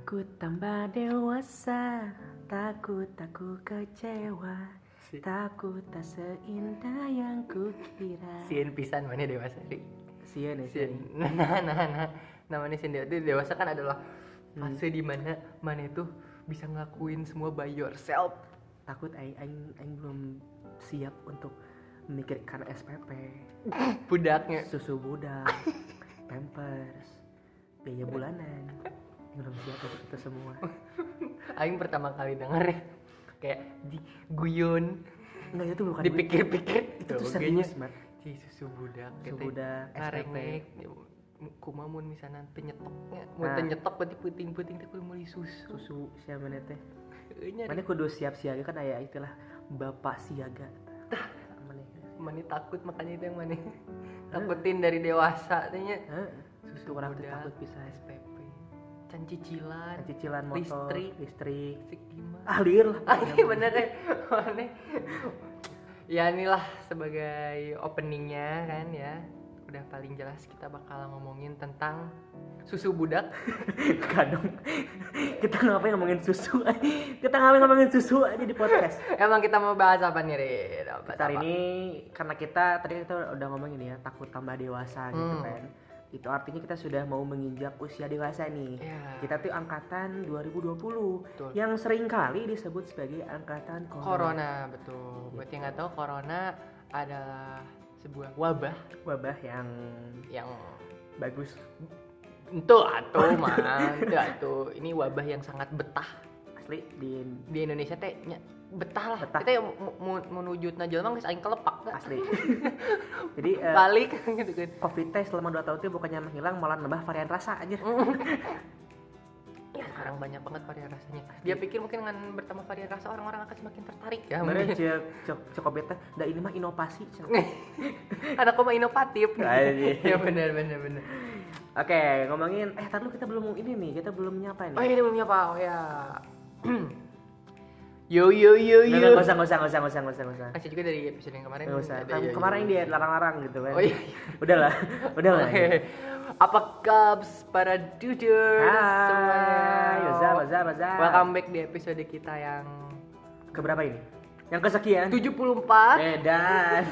Takut tambah dewasa, takut aku kecewa, takut tak seindah yang kukira. Sieun pisan mana dewasa ri. Sieun ya Sieun. sieun. Nah. Namanya sieun dewasa kan adalah fase di mana mana itu bisa ngelakuin semua by yourself. Takut aing belum siap untuk memikirkan SPP, Budaknya. susu budak, pampers, biaya bulanan. Belum siap untuk itu semua. Aing pertama kali denger kayak diguyon, Enggak, itu bukan dipikir-pikir itu tuh serius, Mat. si susu budak Susu budak, ngarengek kumamun misalnya penyetoknya mun Nah. nyetok berarti puting-puting teh kudu meuli susu. Susu siapa mana teh? Nya Mana kudu siap siaga kan aya istilah bapak siaga. mana takut makanya itu yang mana takutin dari dewasa tanya Susu orang teh takut bisa SPP can cicilan cicilan motor, listrik. sik gimana Alir. ini bener ya mana ya inilah sebagai openingnya kan ya udah paling jelas kita bakal ngomongin tentang susu budak. Kadang kita ngapain ngomongin susu? Kita ngapain ngomongin susu aja di podcast. Emang kita mau bahas apa nih Rid? Hari ini karena tadi kita udah ngomongin ya takut tambah dewasa gitu kan. Itu artinya kita sudah mau menginjak usia dewasa nih. Yeah. Kita tuh angkatan 2020. Betul. Yang sering kali disebut sebagai angkatan Corona, betul. Buat yang nggak tahu, corona adalah sebuah wabah yang bagus. itu atuh ini wabah yang sangat betah Asli di Indonesia teh betah lah. Betah. Kita yang menuju na jelema geus aing kelepak dah. asli. Jadi Balik gitu kan. Covid teh selama 2 tahun itu bukannya menghilang malah nambah varian rasa aja. Ya sekarang banyak banget varian rasanya. Dia pikir mungkin dengan bertambah varian rasa orang-orang akan semakin tertarik ya. Kemarin cek Covid teh, dah ini mah inovasi. Anak koma inovatif. Anjing. Ya benar. Oke, ngomongin tadi dulu kita belum ini nih, kita belum nyapa nih. Oh ini belum nyapa, oh ya. Yo. Nggak usah. Kasih juga dari episode yang kemarin. Nggak usah. Ada, ya, Kemarin dia larang-larang gitu kan. Oh iya. Udahlah. Oke. Apa kabs para duders Hai, semuanya? Baza. Welcome back di episode kita yang Keberapa ini? Yang kesekian? 74. Dan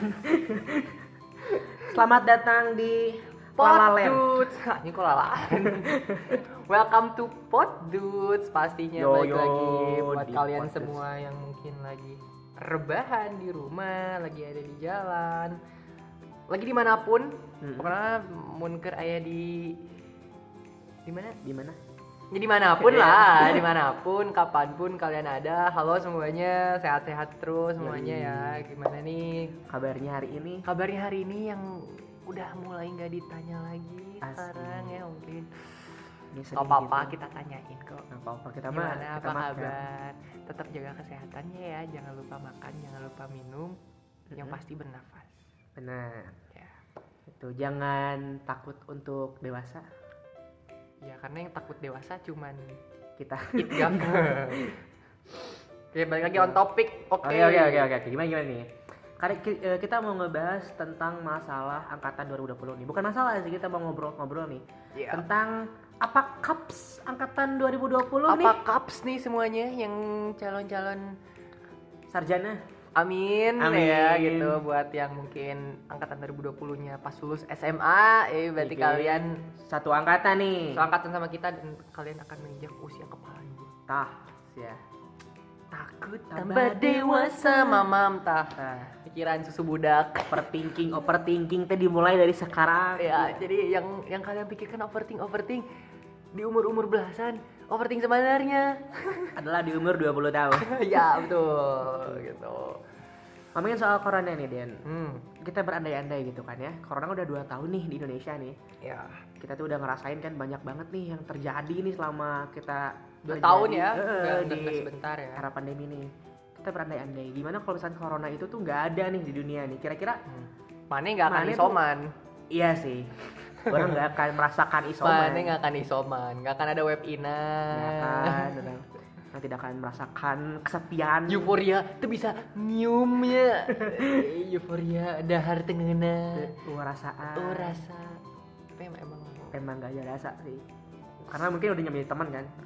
selamat datang di Pot Lalaland. Dudes. Ini kok lalalan. Welcome to Pot Dudes. Pastinya Yo, balik lagi buat di kalian Pot Dudes. semua yang mungkin lagi rebahan di rumah, lagi ada di jalan, lagi dimanapun. Pokoknya munker aya di mana? Di mana? Ya dimanapun lah, dimanapun, kapanpun kalian ada. Halo semuanya, sehat-sehat terus semuanya ya. Gimana nih Kabarnya hari ini? kabarnya hari ini yang udah mulai nggak ditanya lagi Asli. sekarang ya mungkin Ini sedih nggak apa-apa gitu. kita tanyain kok. Nggak apa-apa kita mah. Gimana kita apa makan. kabar? Tetap jaga kesehatannya ya, jangan lupa makan, jangan lupa minum, yang pasti bernafas. Benar. Ya. Itu jangan takut untuk dewasa. Ya karena yang takut dewasa cuman Kita. itgam. Oke, balik lagi on topic. Oke. Oke. Gimana nih? Kita mau ngebahas tentang masalah angkatan 2020 nih. Bukan masalah sih, kita mau ngobrol nih. Iya. Tentang apa kaps angkatan 2020 nih? Apa kaps nih semuanya yang calon-calon Sarjana. Amin ya gitu buat yang mungkin angkatan 2020-nya pas lulus SMA, berarti Oke. kalian Satu angkatan nih. seangkatan sama kita dan kalian akan menginjak usia kepala dua. Tah, ya. Takut Tambah tambah dewasa, dewasa. mamam tah. Nah, Pikiran susu budak. overthinking teh dimulai dari sekarang. Ya, jadi yang kalian pikirkan overthink di umur belasan, overthink sebenarnya. Adalah di umur 20 tahun. Ya, betul gitu. Ngomongin soal corona nih, Den. Kita berandai-andai gitu kan ya. Corona udah 2 tahun nih di Indonesia nih. Ya, Kita tuh udah ngerasain kan banyak banget nih yang terjadi nih selama kita 2 tahun ya. di Udah sebentar ya. era pandemi nih. Kita berandai-andai gimana kalau misalnya corona itu tuh nggak ada nih di dunia nih. Kira-kira Mana nggak akan Mane tuh- isoman? iya sih. Orang nggak akan merasakan isoman. Mana nggak akan isoman? Nggak akan ada web ina. Nggak akan. Orang tidak akan merasakan kesepian. Euforia tuh bisa nyiumnya. Euforia dahar tengeuna. Rasaan. Rasa. Tapi emang Emang gak ada rasa sih. Karena mungkin udah nyampe teman kan.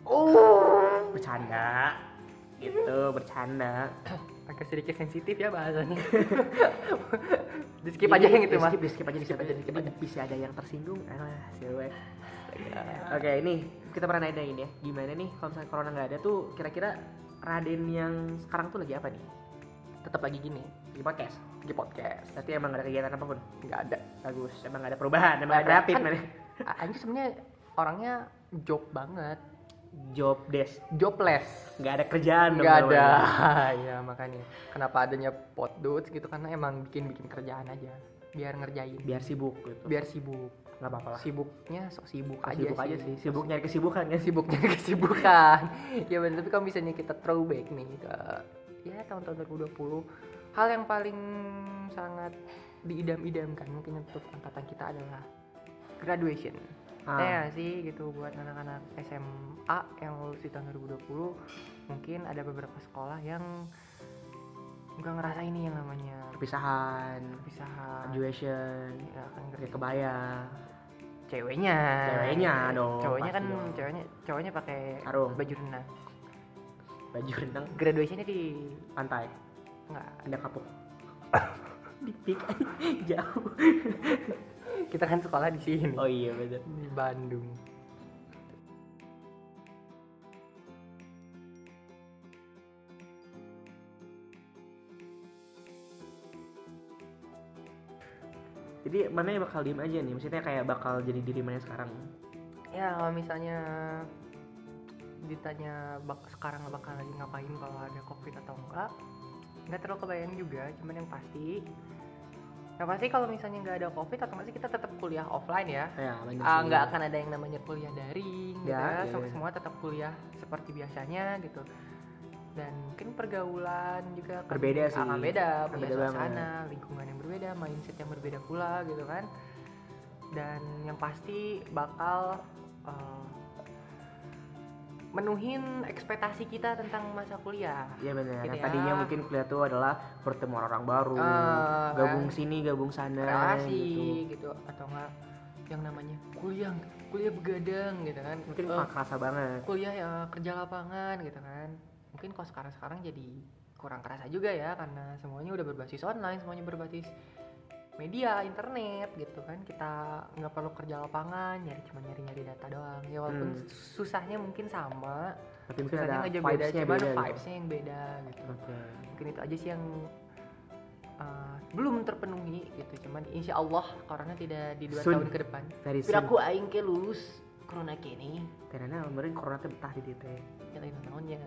Bercanda. Gitu, bercanda. Agak sedikit sensitif ya bahasanya. Di skip aja yang itu mah. Di skip aja. Ini bisa ada yang tersinggung. Siwek. Oke, ini kita pernah nanyain ya. Gimana nih kalau misalnya corona nggak ada tuh kira-kira Raden yang sekarang tuh lagi apa nih? Tetap lagi gini, Lagi podcast. Berarti emang gak ada kegiatan apapun? Nggak ada. Bagus, emang gak ada perubahan, emang gak kreatif Kan, mana? Anjir sebenarnya orangnya job banget, Job desk, jobless. nggak ada kerjaan dong. Nggak ada. namanya. Ya makanya kenapa adanya potdudes gitu, karena emang bikin kerjaan aja biar ngerjain, Biar sibuk gitu. biar sibuk. Nggak apa-apa lah. Sibuknya sok sibuk Sibuk aja sih. Sibuk nyari kesibukan kan. Sibuknya kesibukan. Ya benar, tapi kalau misalnya kita throwback nih ke ya tahun-tahun 2020, hal yang paling sangat diidam-idamkan mungkin untuk angkatan kita adalah graduation. Ya sih gitu, buat anak-anak SMA yang lulus di tahun 2020, mungkin ada beberapa sekolah yang nggak ngerasain ini yang namanya Perpisahan, graduation, ya, kan pakai kebaya. ceweknya dong. cowoknya pasti kan dong. cowoknya pakai Sarung. baju renang. Baju renang Graduationnya di pantai, nggak, ada kapuk. Di pik jauh. kita kan sekolah di sini. Oh iya betul. Di Bandung. Jadi mana yang bakal diem aja nih? Maksudnya kayak bakal jadi diri mana sekarang? Ya kalau misalnya ditanya sekarang bakal lagi ngapain kalau ada covid atau nggak terlalu kebayang juga. Cuman yang pasti kalau misalnya nggak ada covid atau masih kita tetap kuliah offline ya. Ya, Nggak akan ada yang namanya kuliah daring gitu Ya, ya. ya. Semua tetap kuliah seperti biasanya gitu. Dan mungkin pergaulan juga akan Berbeda sih. akan beda, Akan punya beda suasana, lingkungan yang berbeda, mindset yang berbeda pula gitu kan. Dan yang pasti bakal menuhin ekspektasi kita tentang masa kuliah. Iya benar. Gitu Yang ya. tadinya mungkin kuliah tuh adalah bertemu orang baru, gabung sini, gabung sana, relasi gitu. Atau enggak yang namanya kuliah begadang gitu kan. Mungkin kerasa banget. Kuliah ya kerja lapangan gitu kan. Mungkin kalau sekarang jadi kurang kerasa juga ya, karena semuanya udah berbasis online, semuanya berbasis media internet gitu kan. Kita nggak perlu kerja lapangan, cuma nyari data doang ya, walaupun susahnya mungkin sama, Tapi mungkin susahnya ada nggak jauh beda, vibes-nya cuman beda. vibes-nya yang beda gitu. Oke. Mungkin itu aja sih yang belum terpenuhi gitu. Cuman insya Allah corona tidak di 2 Soon. tahun ke depan. Very Bila soon. aku aing ke lulus corona kini Karena kemarin corona teh betah di dieu teh. ya lain naonnya.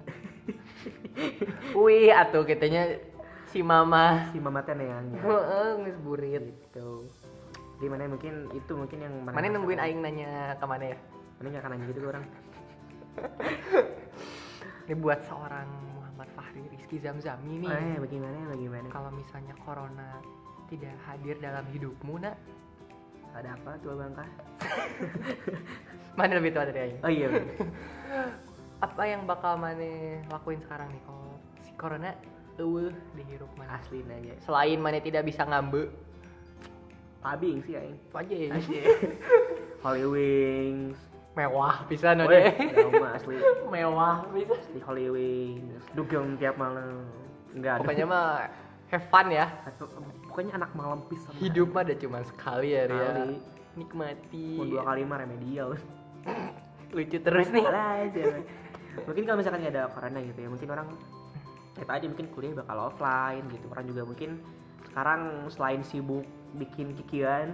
Wih atuh kitanya si mama Si mama teh neangnya. geus burit. Gitu. Di mana mungkin itu yang Mana nungguin aing nanya ke mana ya? Mana enggak akan nanya gitu ke orang. Ini buat seorang Muhammad Fahri Rizky Zamzami nih. Bagaimana? Kalau misalnya corona tidak hadir dalam hidupmu, nak, Ada apa tua bangka? mana lebih tua dari aing? Oh iya. Apa yang bakal mana lakuin sekarang nih kalau si corona dihirup mana? Asli aja. Selain mana tidak bisa ngambe, Pabing sih aing. aja Holy Wings. mewah bisa no Weh, deh. Dauma asli. Mewah bisa. Di Holy Wings. Dugem tiap malam. Enggak ada. Pokoknya mah have fun ya. Pokoknya anak malam pisan. Hidup mah ada cuma sekali ya, Ria. Sekali. Nikmati. Mau 2 kali mah remedial. Lucu terus nih. Aja. Mungkin kalau misalkan nggak ada corona gitu ya, mungkin orang kita aja mungkin kuliah bakal offline gitu. Orang juga mungkin sekarang selain sibuk bikin kikian.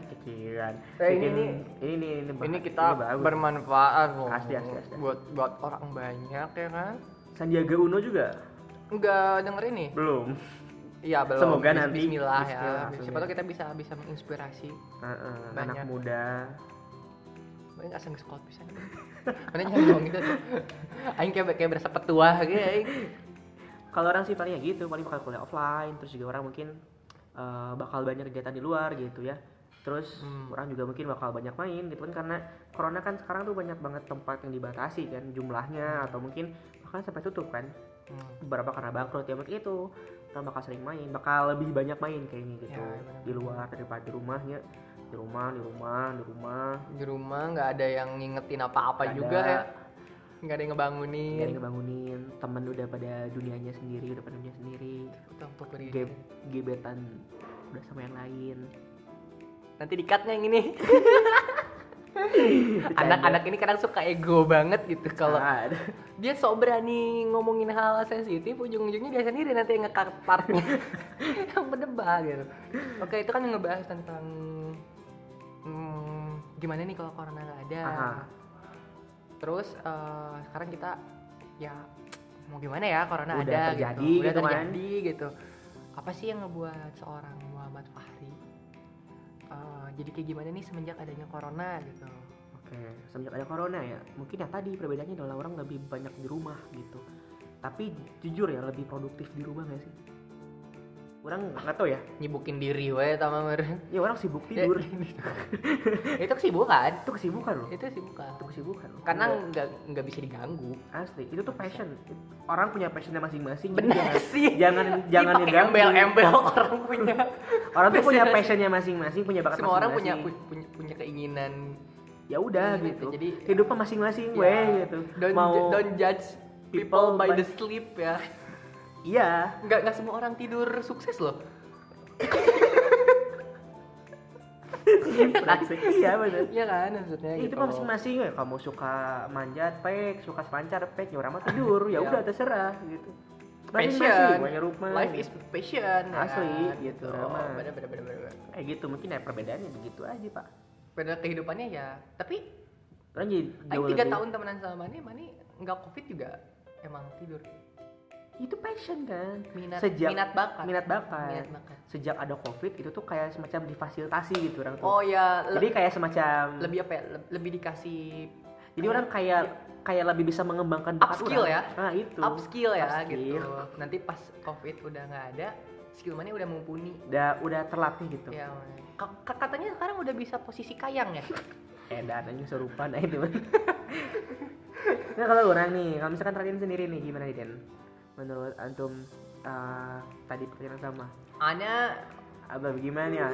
Ini kita bagus. bermanfaat loh. Asli. Buat orang banyak ya kan. Sandiaga Uno juga Enggak denger ini. belum. Iya belum. Semoga nanti. Bismillah ya. Bismillah. Siapa tahu kita bisa menginspirasi. Anak Banyak. muda. Banyak asal nge-scout bisa. Mana nyambung gitu tuh. Aing kayak berasa petua gitu aing. Kalau orang sih paling ya gitu, paling bakal kuliah offline, terus juga orang mungkin bakal banyak kegiatan di luar gitu ya. Terus orang juga mungkin bakal banyak main gitu kan, karena corona kan sekarang tuh banyak banget tempat yang dibatasi kan jumlahnya, atau mungkin bahkan sampai tutup kan. Beberapa karena bangkrut ya, mungkin itu orang bakal sering main, bakal lebih banyak main kayaknya gitu Ya, di luar daripada di rumahnya. Di rumah Di rumah nggak ada yang ngingetin apa-apa Nggak juga ada. ya. nggak ada yang Gak ada ngebangunin. yang ngebangunin, temen udah pada dunianya sendiri, udah pada dunia sendiri, Untuk beri. gebetan udah sama yang lain. Nanti di-cut-nya yang ini. Anak-anak ini kadang suka ego banget gitu kalau Ada. dia sok berani ngomongin hal sensitif, ujung-ujungnya dia sendiri nanti yang nge-cut partnya. Yang berdebah gitu. Oke, itu kan yang ngebahas tentang gimana nih kalau corona nggak ada. Aha. Terus sekarang kita ya mau gimana ya, corona Udah ada terjadi gitu. Udah gitu kan. terjadi gitu. Apa sih yang ngebuat seorang Muhammad Fahri jadi kayak gimana nih semenjak adanya corona gitu? Oke, semenjak ada corona ya, mungkin ya tadi perbedaannya adalah orang lebih banyak di rumah gitu. Tapi jujur ya, lebih produktif di rumah gak sih? Orang nggak tahu ya. Nyibukin diri we sama meren. Ya orang sibuk tidur. Itu kesibukan. Itu kesibukan loh. Itu kesibukan. Itu kesibukan loh. Karena nggak bisa diganggu. Asli, itu tuh passion. Orang punya passionnya masing-masing. Bener Jadi sih. Jangan Dipakai diganggu. embel-embel orang punya. Orang tuh punya passion. passionnya masing-masing, punya bakat Semua orang masing-masing. punya keinginan. Ya udah Gitu, gitu. jadi hidupnya masing-masing ya, weh gitu. Don't judge people by the sleep ya. Iya. Nggak semua orang tidur sukses loh. Iya benar. Iya kan maksudnya Itu gitu. mah masing-masing ya. Kamu suka manjat pek, suka selancar pek, ya orang mah tidur. Ya Ya. udah terserah gitu. Passion. Punya rumah. Life is passion. Asli, ya, gitu, gitu. Rama. Bener. Kayak gitu mungkin ya perbedaannya begitu aja pak. Beda kehidupannya ya. Tapi Orang jadi Aing jauh 3 lebih. tahun temenan sama Mani nggak covid juga emang tidur. Itu passion kan. Minat bakat. Minat bakat. Minat bakat. Sejak ada covid itu tuh kayak semacam difasilitasi gitu orang tuh. Oh ya. Jadi kayak semacam. Lebih apa ya? Lebih dikasih. Jadi orang kayak lebih bisa mengembangkan bakat Upskill orang. ya. Nah itu. Upskill ya Upskill. gitu. Nanti pas covid udah nggak ada, skill Mani udah mumpuni. Udah terlatih gitu. Ya, katanya sekarang udah bisa posisi kayang ya. Dan aja serupa nah itu. Nah kalau orang nih, kalau misalkan Raden sendiri nih gimana nih Den? Menurut antum tadi pertanyaan sama. Ana Apa gimana nih?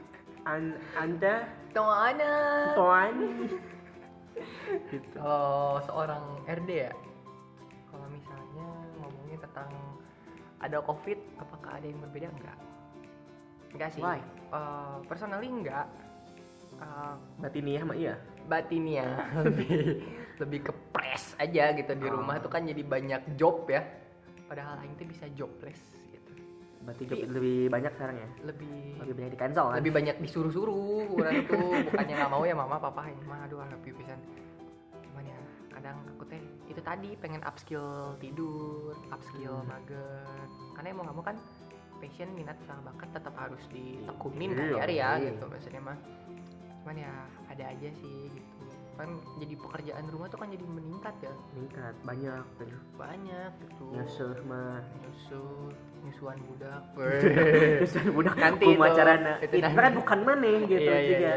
Anda Ana. Tuan gitu. Kalau seorang RD ya, kalau misalnya ngomongin tentang ada COVID, apakah ada yang berbeda? Enggak sih. Why? Personally enggak. Batiniah mah iya. Batinnya lebih ke press aja gitu di rumah tuh kan jadi banyak job ya. Padahal aing tuh bisa jobless gitu. Berarti job lebih banyak sekarang ya? Lebih banyak di cancel kan? lebih banyak disuruh-suruh orang tuh, bukannya nggak mau ya mama papa ini mah aduh happy pisan. Cuman ya kadang aku teh itu tadi pengen upskill tidur, upskill mager. Karena mau nggak mau kan passion, minat sama bakat tetap harus ditekunin hari-hari ya gitu maksudnya mah. Cuman ya ada aja sih gitu. Kan jadi pekerjaan rumah tuh kan jadi meningkat ya. Meningkat banyak Gitu. nyusuh mah Nyusuan budak. nyusuh budak Nanti kumaha itu, carana itu itu kan bukan maneh gitu Iya.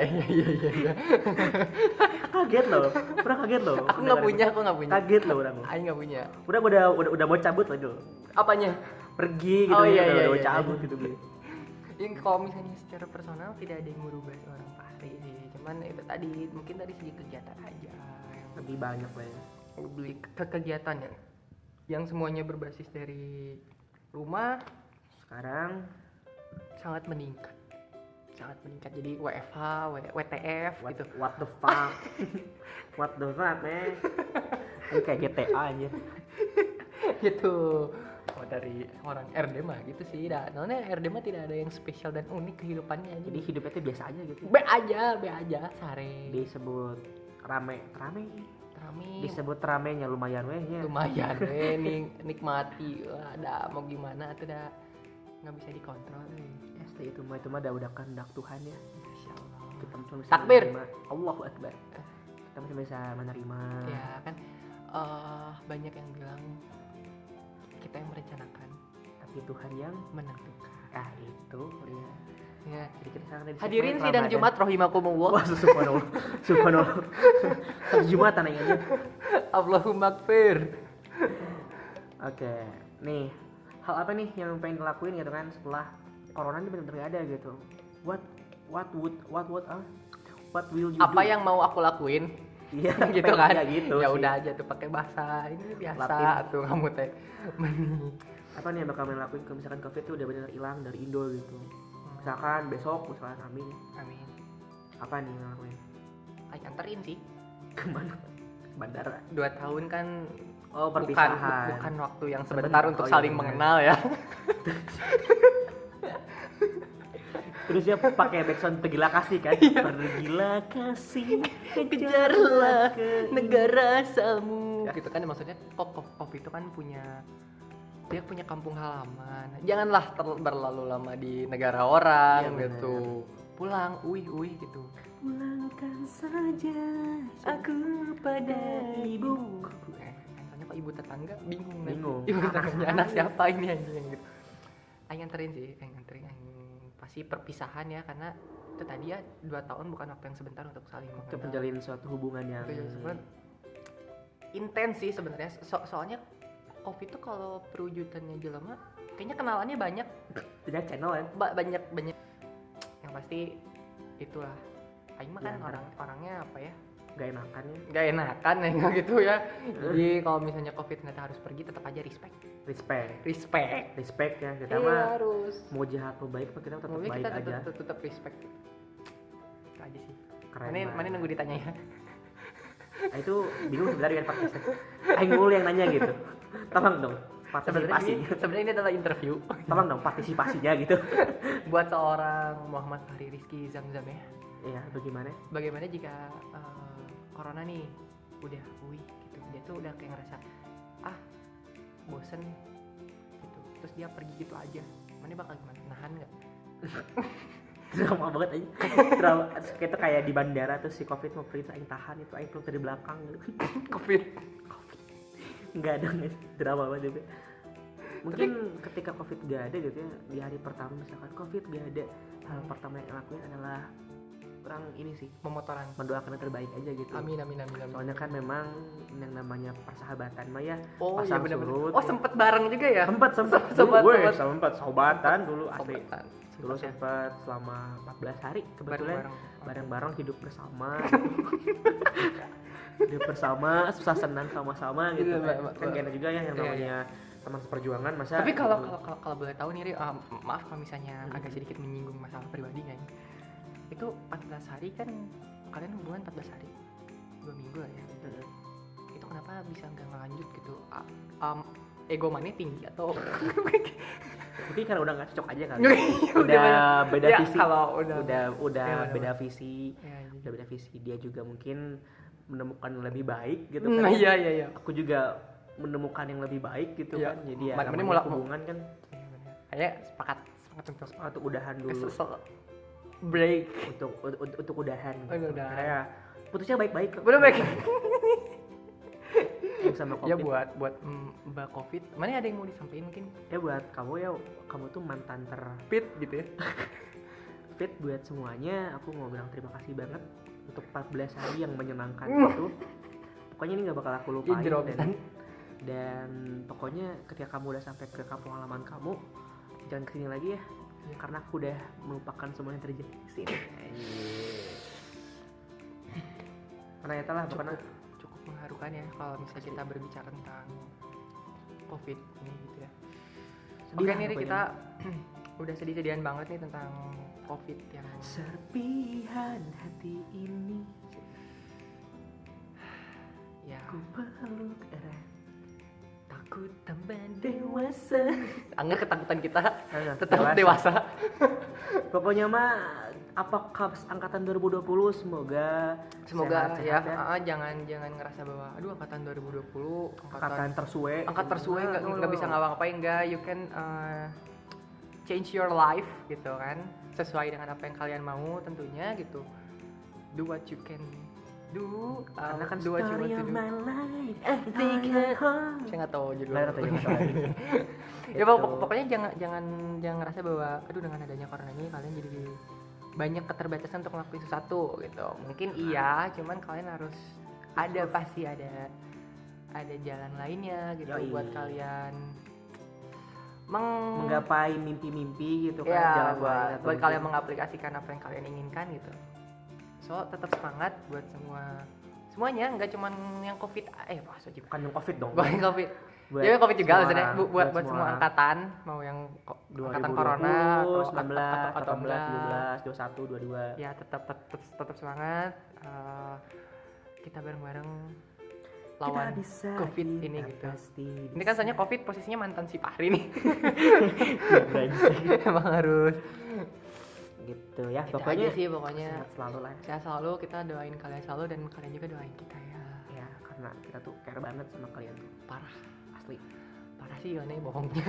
kaget loh pernah kaget loh Aku nggak punya. kaget loh orang Aing nggak punya. udah mau cabut loh dulu Apanya? pergi gitu Oh, ya, iya, udah mau iya. cabut gitu Yang kalau misalnya secara personal tidak ada yang merubah seorang Fahri sih. Cuman itu tadi mungkin dari segi kegiatan aja yang lebih banyak lah ya lebih ke kegiatan yang semuanya berbasis dari rumah sekarang sangat meningkat. Jadi WFH, WTF gitu. what the fuck what the fuck man ini kayak GTA aja Gitu. Oh, dari orang RD mah gitu sih. Soalnya RD mah tidak ada yang spesial dan unik kehidupannya. jadi hidupnya tuh biasa aja gitu B aja sare. disebut rame disebut ramenya lumayan weh nya Lumayan nikmati. Wah, ada mau gimana tuh dah nggak bisa dikontrol. itu mah udah kehendak Tuhan ya. Masya Allah. Kita cuma bisa Takbir. menerima. Allahu Akbar. Kita cuma bisa menerima. Ya kan banyak yang bilang kita yang merencanakan Tapi Tuhan yang menentukan. itu ya. Ya. Jadi kita sangat Hadirin sidang Jumat rahimakumullah. Wah, subhanallah. Satu Jumatan aja. Allahumma gfir. Oke. Nih, hal apa nih yang pengen ngelakuin gitu kan setelah corona ini benar-benar gak ada gitu. What will you Apa do? yang mau aku lakuin? Iya gitu kan. ya gitu Ya sih. udah aja tuh pakai bahasa ini biasa Latin. tuh kamu teh. Apa nih yang bakal kalian lakuin kalau misalkan covid tuh udah benar hilang dari Indo gitu, misalkan besok misalkan amin, Amin. apa nih yang lakuin? Ayo anterin sih. Kemana? Bandara. 2 tahun kan Oh bukan perpisahan. bukan waktu yang Sebentar. sebentar untuk Oh, iya, saling benar. mengenal ya. Terus dia pakai backsound pergilah kasih kan? Iya. Pergilah kasih, Kejarlah ke negara asalmu. Ya. Gitu kan maksudnya pop itu kan dia punya kampung halaman. Janganlah berlalu lama di negara orang Iya, benar. gitu. Pulang, uih gitu. Pulangkan saja Aku pada ibu. Misalnya kok ibu tetangga bingung. Bingung. Ibu tetangganya anak siapa ini anjing gitu. Aing anterin sih, aing pasti perpisahan ya karena itu tadi ya 2 tahun bukan waktu yang sebentar untuk saling Untuk mengenal. menjalin suatu hubungan yang Sebenarnya intens sih sebenarnya. Soalnya Covid itu kalau perwujudannya jelema kayaknya kenalannya banyak punya channel kan? banyak yang pasti itulah aing mah kan Ya, orangnya apa ya Gak enakan ya. nggak enakan ya nggak gitu ya. Jadi kalau misalnya Covid ternyata harus pergi tetap aja respect Respect ya, kita iya mah harus mau jahat mau baik kita tetap Mungkin baik kita aja. tetap respect gitu. Itu aja sih. Keren Mana banget. nunggu ditanya ya. Nah, itu bingung sebenarnya dengan podcastnya. Aing mulu yang nanya gitu. Tolong dong partisipasi. Sebenarnya ini adalah interview Tolong dong partisipasinya gitu. buat seorang Muhammad Fahri Rizky Zamzam ya. Iya, bagaimana? Bagaimana jika corona nih udah gitu. Dia tuh udah kayak ngerasa bosen gitu. Terus dia pergi gitu aja. Mana bakal gimana? Nahan nggak? Drama banget aja. Drama itu kayak di bandara terus si Covid mau pergi aing tahan itu aing keluar dari belakang gitu. Covid. Enggak ada guys. Drama banget juga. Mungkin ketika Covid gak ada gitu ya, di hari pertama misalkan Covid gak ada, hal pertama yang lakuin adalah kurang ini sih, Pemotoran. mendoakan yang terbaik aja gitu. Amin. Soalnya kan memang yang namanya persahabatan mah ya Oh iya pasang benar-benar. surut Oh ya. sempet bareng juga ya? Sempet Sobat. sahabatan dulu asli. Sobatan. Dulu sempat selama 14 hari kebetulan bareng-bareng hidup bersama. Hidup bersama, susah senang sama-sama gitu. Iya, Kan gak enak juga ya yang Iya, namanya teman seperjuangan masa. Tapi kalau boleh tahu nih Ri, maaf kalau misalnya agak sedikit menyinggung masalah pribadi kan. Itu 14 hari kan kalian hubungan 14 hari. 2 minggu lah ya. Itu kenapa bisa nggak ngelanjut gitu? Ego mana tinggi atau mungkin karena udah nggak cocok aja kali. Udah beda ya, visi. kalau Udah Ya, beda visi. Ya, Udah beda visi. Dia juga mungkin menemukan yang lebih baik gitu nah, kan. iya. Aku juga menemukan yang lebih baik gitu Iya. kan. Jadi ya Mana namanya hubungan kan Kayak sepakat untuk udahan dulu. break. Untuk udahan. Udahan. Karena putusnya baik-baik kok. Belum baik. Sama Ya Covid. buat Mbak Covid. Mana ada yang mau disampaikan mungkin? Ya buat kamu ya, kamu tuh mantan Fit gitu ya. fit buat semuanya. Aku mau bilang terima kasih banget untuk 14 hari yang menyenangkan itu. Pokoknya ini nggak bakal aku lupain dan pokoknya ketika kamu udah sampai ke kampung halaman kamu, jangan kesini lagi ya. Karena aku udah melupakan semua yang terjadi di sini. Karena ya lah pokoknya cukup mengharukan ya kalau misalnya kita berbicara tentang Covid ini gitu ya. Oke nih Ri, kita udah sedih-sedihan banget nih tentang Covid yang serpihan hati ini ya ku peluk erat, takut tambah dewasa. Anggap ketakutan kita tetap Dewasa. dewasa. Pokoknya mah apakah angkatan 2020 semoga Ya sehat-sehat jangan ngerasa bahwa aduh angkatan 2020 angkatan tersuwe nggak bisa ngapa-ngapain, enggak, you can change your life gitu kan, sesuai dengan apa yang kalian mau tentunya gitu. Do what you can do, karena kan do what you want to do. Saya nggak tahu judulnya. Ya pokoknya jangan ngerasa bahwa aduh dengan adanya corona ini kalian jadi banyak keterbatasan untuk ngelakuin sesuatu gitu. Mungkin iya, cuman kalian harus pasti ada jalan lainnya gitu. Yoi. Buat kalian menggapai mimpi-mimpi gitu kan, ya, jalan lain buat atau kalian mengaplikasikan apa yang kalian inginkan gitu. So tetap semangat buat semuanya, nggak cuman yang covid maksudnya Bukan yang covid dong. bukan covid Buat jadi covid juga semua maksudnya orang, buat buat semua semua angkatan, mau yang angkatan corona 2020, 19, atau 18, 17, 21, 22. ya tetap semangat. Kita bareng-bareng lawan Kita bisa, covid kita ini gitu. pasti Ini kan soalnya covid posisinya mantan si Fahri nih. bisa. Emang harus Gitu ya, gitu pokoknya aja sih pokoknya. sehat selalu lah. Sehat selalu, kita doain kalian selalu dan kalian juga doain kita ya. Ya, karena kita tuh care banget sama kalian tuh. Parah Asli. sih gimana ya bohongnya.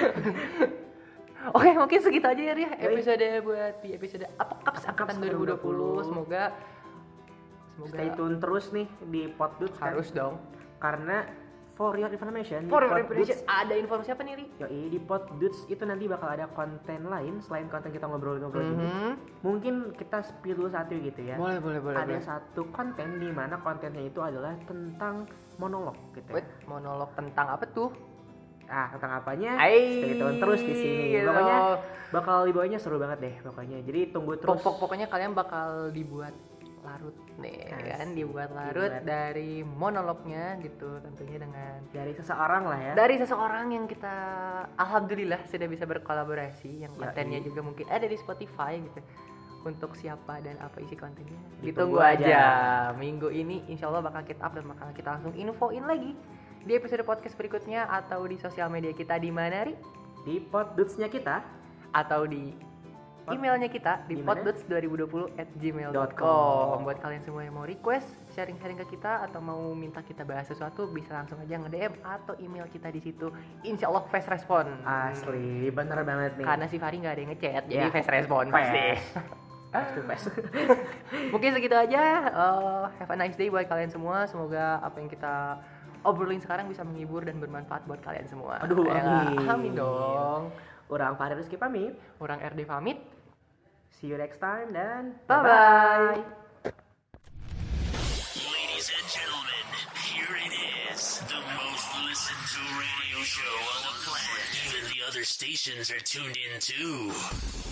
Oke, mungkin segitu aja ya Ria, episode buat di episode Apocalypse angkatan 2020. Semoga Stay tune terus nih di Poddudes kan? harus dong. Karena for your information, For di your Poddudes, information, ada informasi apa nih Ri? yoi, di Poddudes itu nanti bakal ada konten lain selain konten kita ngobrol-ngobrol gini. Mungkin kita spill dulu satu gitu ya. Boleh. Ada satu konten di mana kontennya itu adalah tentang monolog gitu ya. Wait, monolog tentang apa tuh? Tentang apanya? Ay, Stay tune terus di sini. gitu. Pokoknya bakal dibawanya seru banget deh pokoknya. Jadi tunggu terus. Pokoknya kalian bakal dibuat larut nih kan, dibuat larut dari monolognya gitu, tentunya dengan dari seseorang lah ya. dari seseorang yang kita alhamdulillah sudah bisa berkolaborasi, yang kontennya juga mungkin ada di Spotify gitu. Untuk siapa dan apa isi kontennya ditunggu aja. Minggu ini insya Allah bakal kita up dan bakal kita langsung infoin lagi di episode podcast berikutnya atau di sosial media kita di mana Ri? Di Poddudes-nya kita Atau di emailnya kita di Dimana? poddudes2020@gmail.com. Buat kalian semua yang mau request, sharing-sharing ke kita atau mau minta kita bahas sesuatu, bisa langsung aja nge-DM atau email kita di situ. Insya Allah fast respon. asli bener banget nih. Karena si Fahri nggak ada yang ngechat, jadi Ya, fast respon pasti. Fast. Mungkin segitu aja. Have a nice day buat kalian semua. Semoga apa yang kita obrolin sekarang bisa menghibur dan bermanfaat buat kalian semua. Aduh, amin. Amin dong. Orang Fahri Rizky pamit. Orang RD pamit. See you next time dan Bye-bye. Ladies and gentlemen, here it is, the most listened to radio show on the planet. Even the other stations are tuned in too.